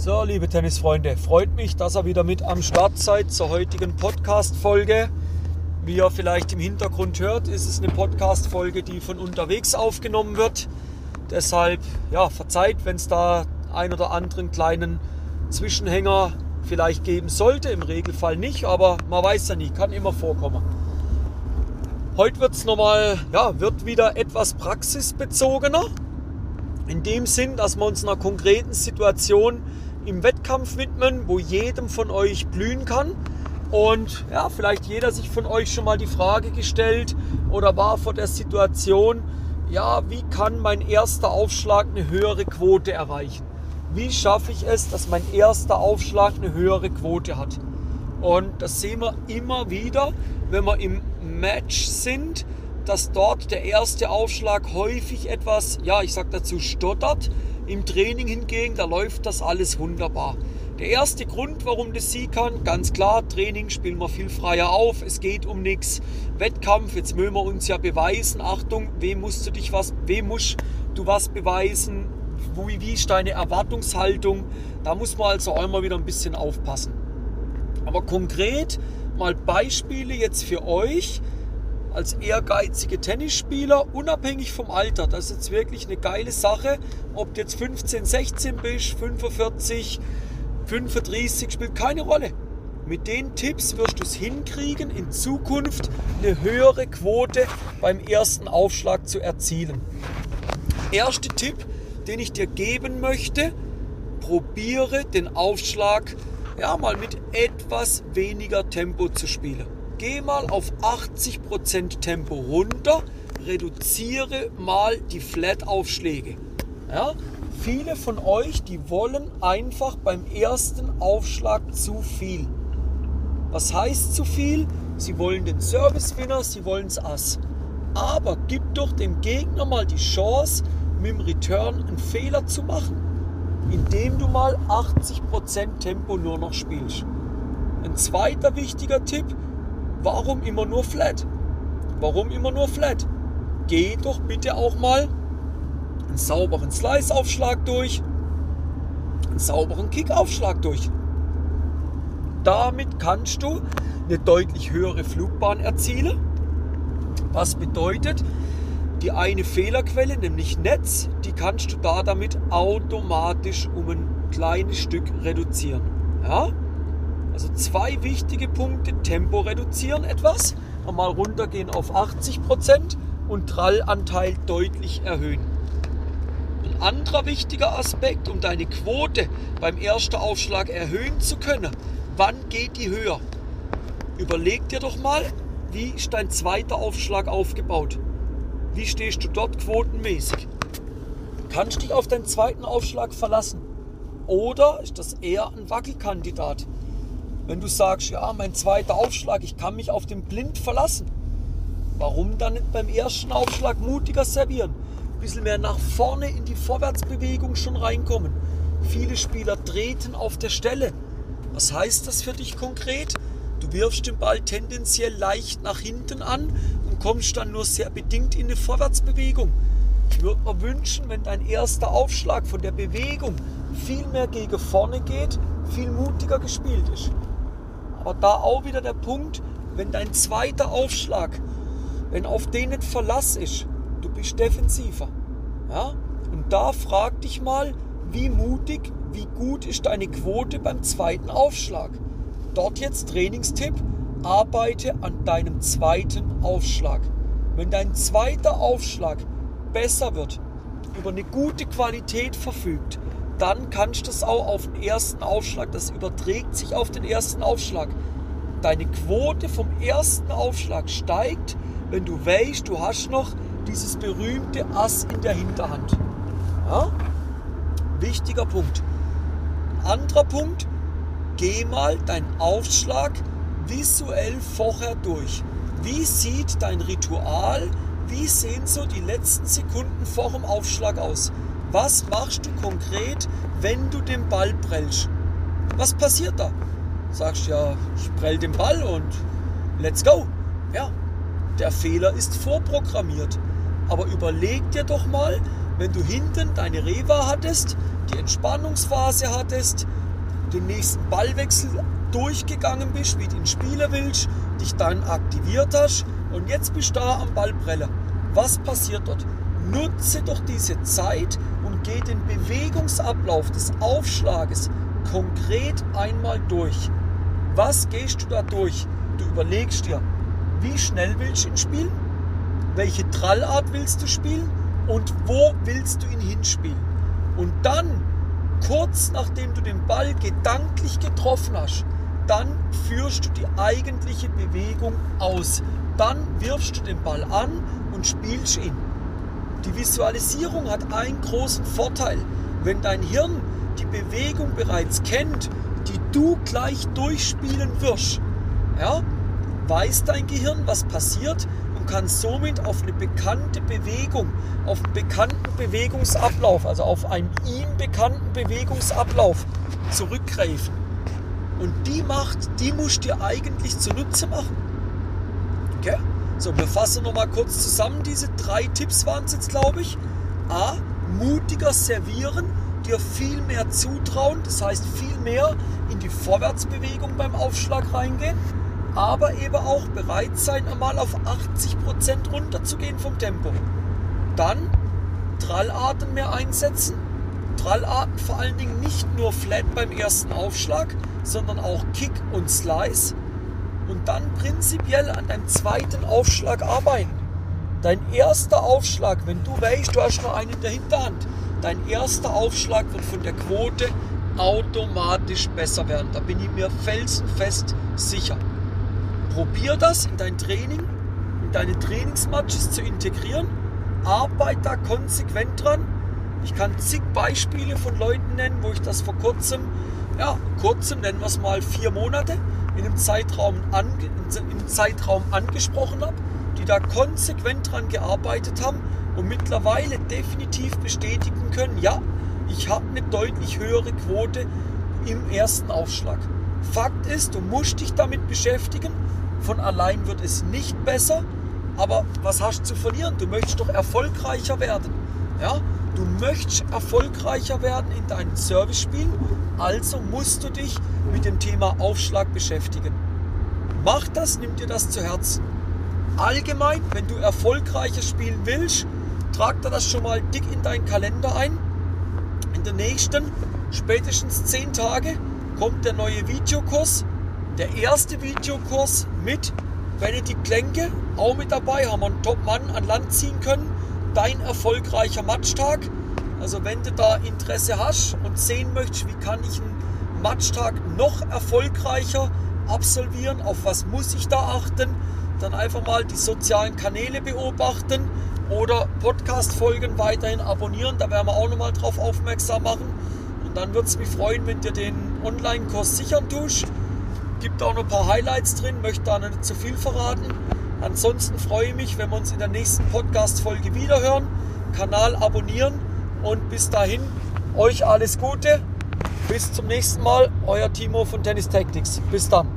So, liebe Tennisfreunde, freut mich, dass ihr wieder mit am Start seid zur heutigen Podcast-Folge. Wie ihr vielleicht im Hintergrund hört, ist es eine Podcast-Folge, die von unterwegs aufgenommen wird. Deshalb, verzeiht, wenn es da ein oder anderen kleinen Zwischenhänger vielleicht geben sollte. Im Regelfall nicht, aber man weiß ja nie, kann immer vorkommen. Heute wird es wird wieder etwas praxisbezogener. In dem Sinn, dass wir uns einer konkreten Situation im Wettkampf widmen, wo jedem von euch blühen kann. Und vielleicht jeder sich von euch schon mal die Frage gestellt oder war vor der Situation, wie kann mein erster Aufschlag eine höhere Quote erreichen? Wie schaffe ich es, dass mein erster Aufschlag eine höhere Quote hat? Und das sehen wir immer wieder, wenn wir im Match sind, dass dort der erste Aufschlag häufig etwas, stottert. Im Training hingegen, da läuft das alles wunderbar. Der erste Grund, warum das sie kann, ganz klar, Training spielen wir viel freier auf, es geht um nichts. Wettkampf, jetzt müssen wir uns ja beweisen, Achtung, wem musst du was beweisen, wie ist deine Erwartungshaltung, da muss man also auch immer wieder ein bisschen aufpassen. Aber konkret mal Beispiele jetzt für euch, als ehrgeizige Tennisspieler, unabhängig vom Alter. Das ist jetzt wirklich eine geile Sache. Ob du jetzt 15, 16 bist, 45, 35, spielt keine Rolle. Mit den Tipps wirst du es hinkriegen, in Zukunft eine höhere Quote beim ersten Aufschlag zu erzielen. Erster Tipp, den ich dir geben möchte: probiere den Aufschlag mal mit etwas weniger Tempo zu spielen. Geh mal auf 80% Tempo runter, reduziere mal die Flat-Aufschläge. Viele von euch, die wollen einfach beim ersten Aufschlag zu viel. Was heißt zu viel? Sie wollen den Service-Winner, sie wollen das Ass. Aber gib doch dem Gegner mal die Chance, mit dem Return einen Fehler zu machen, indem du mal 80% Tempo nur noch spielst. Ein zweiter wichtiger Tipp: warum immer nur Flat? Warum immer nur Flat? Geh doch bitte auch mal einen sauberen Slice-Aufschlag durch, einen sauberen Kick-Aufschlag durch. Damit kannst du eine deutlich höhere Flugbahn erzielen. Was bedeutet, die eine Fehlerquelle, nämlich Netz, die kannst du damit automatisch um ein kleines Stück reduzieren. Also zwei wichtige Punkte: Tempo reduzieren etwas, mal runtergehen auf 80% und Trallanteil deutlich erhöhen. Ein anderer wichtiger Aspekt, um deine Quote beim ersten Aufschlag erhöhen zu können: wann geht die höher? Überleg dir doch mal, wie ist dein zweiter Aufschlag aufgebaut? Wie stehst du dort quotenmäßig? Kannst du dich auf deinen zweiten Aufschlag verlassen? Oder ist das eher ein Wackelkandidat? Wenn du sagst, mein zweiter Aufschlag, ich kann mich auf den Blind verlassen, warum dann nicht beim ersten Aufschlag mutiger servieren? Ein bisschen mehr nach vorne in die Vorwärtsbewegung schon reinkommen. Viele Spieler treten auf der Stelle. Was heißt das für dich konkret? Du wirfst den Ball tendenziell leicht nach hinten an und kommst dann nur sehr bedingt in eine Vorwärtsbewegung. Ich würde mir wünschen, wenn dein erster Aufschlag von der Bewegung viel mehr gegen vorne geht, viel mutiger gespielt ist. Aber da auch wieder der Punkt, wenn dein zweiter Aufschlag, wenn auf den nicht Verlass ist, du bist defensiver. Und da frag dich mal, wie mutig, wie gut ist deine Quote beim zweiten Aufschlag. Dort jetzt Trainingstipp: arbeite an deinem zweiten Aufschlag. Wenn dein zweiter Aufschlag besser wird, über eine gute Qualität verfügt, dann kannst du es auch auf den ersten Aufschlag, das überträgt sich auf den ersten Aufschlag. Deine Quote vom ersten Aufschlag steigt, wenn du weißt, du hast noch dieses berühmte Ass in der Hinterhand. Wichtiger Punkt. Ein anderer Punkt: geh mal deinen Aufschlag visuell vorher durch. Wie sieht dein Ritual, wie sehen so die letzten Sekunden vor dem Aufschlag aus? Was machst du konkret, wenn du den Ball prellst? Was passiert da? Sagst ich prell den Ball und let's go. Der Fehler ist vorprogrammiert. Aber überleg dir doch mal, wenn du hinten deine Rewa hattest, die Entspannungsphase hattest, den nächsten Ballwechsel durchgegangen bist, wie du ihn spielen willst, dich dann aktiviert hast und jetzt bist du da am Ballpreller. Was passiert dort? Nutze doch diese Zeit und geh den Bewegungsablauf des Aufschlages konkret einmal durch. Was gehst du da durch? Du überlegst dir, wie schnell willst du ihn spielen? Welche Trallart willst du spielen? Und wo willst du ihn hinspielen? Und dann, kurz nachdem du den Ball gedanklich getroffen hast, dann führst du die eigentliche Bewegung aus. Dann wirfst du den Ball an und spielst ihn. Die Visualisierung hat einen großen Vorteil. Wenn dein Hirn die Bewegung bereits kennt, die du gleich durchspielen wirst, ja, weiß dein Gehirn, was passiert und kann somit auf eine bekannte Bewegung, auf einen bekannten Bewegungsablauf, also auf einen ihm bekannten Bewegungsablauf zurückgreifen. Und die Macht, die musst du dir eigentlich zunutze machen. Okay? So, wir fassen nochmal kurz zusammen. Diese 3 Tipps waren es jetzt, glaube ich. A. Mutiger servieren, dir viel mehr zutrauen, das heißt viel mehr in die Vorwärtsbewegung beim Aufschlag reingehen, aber eben auch bereit sein, einmal auf 80% runterzugehen vom Tempo. Dann Trallarten mehr einsetzen. Trallarten vor allen Dingen nicht nur flat beim ersten Aufschlag, sondern auch Kick und Slice. Und dann prinzipiell an deinem zweiten Aufschlag arbeiten. Dein erster Aufschlag, wenn du weißt, du hast noch einen in der Hinterhand, dein erster Aufschlag wird von der Quote automatisch besser werden. Da bin ich mir felsenfest sicher. Probier das in dein Training, in deine Trainingsmatches zu integrieren. Arbeite da konsequent dran. Ich kann zig Beispiele von Leuten nennen, wo ich das vor kurzem, nennen wir es mal 4 Monate, in einem Zeitraum angesprochen habe, die da konsequent dran gearbeitet haben und mittlerweile definitiv bestätigen können, ja, ich habe eine deutlich höhere Quote im ersten Aufschlag. Fakt ist, du musst dich damit beschäftigen, von allein wird es nicht besser, aber was hast du zu verlieren? Du möchtest doch erfolgreicher werden. Ja? Du möchtest erfolgreicher werden in deinen Servicespielen, also musst du dich mit dem Thema Aufschlag beschäftigen. Mach das, nimm dir das zu Herzen. Allgemein, wenn du erfolgreicher spielen willst, trag dir das schon mal dick in deinen Kalender ein. In den nächsten spätestens 10 Tage kommt der neue Videokurs. Der erste Videokurs mit Benedikt Klenke, auch mit dabei, haben wir einen Top-Mann an Land ziehen können. Dein erfolgreicher Matchtag. Also wenn du da Interesse hast und sehen möchtest, wie kann ich einen Matchtag noch erfolgreicher absolvieren, auf was muss ich da achten, dann einfach mal die sozialen Kanäle beobachten oder Podcast-Folgen weiterhin abonnieren. Da werden wir auch nochmal drauf aufmerksam machen. Und dann würde es mich freuen, wenn dir den Online-Kurs sichern tust. Gibt auch noch ein paar Highlights drin, möchte da nicht zu viel verraten. Ansonsten freue ich mich, wenn wir uns in der nächsten Podcast-Folge wiederhören. Kanal abonnieren und bis dahin euch alles Gute. Bis zum nächsten Mal, euer Timo von Tennis Tactics. Bis dann.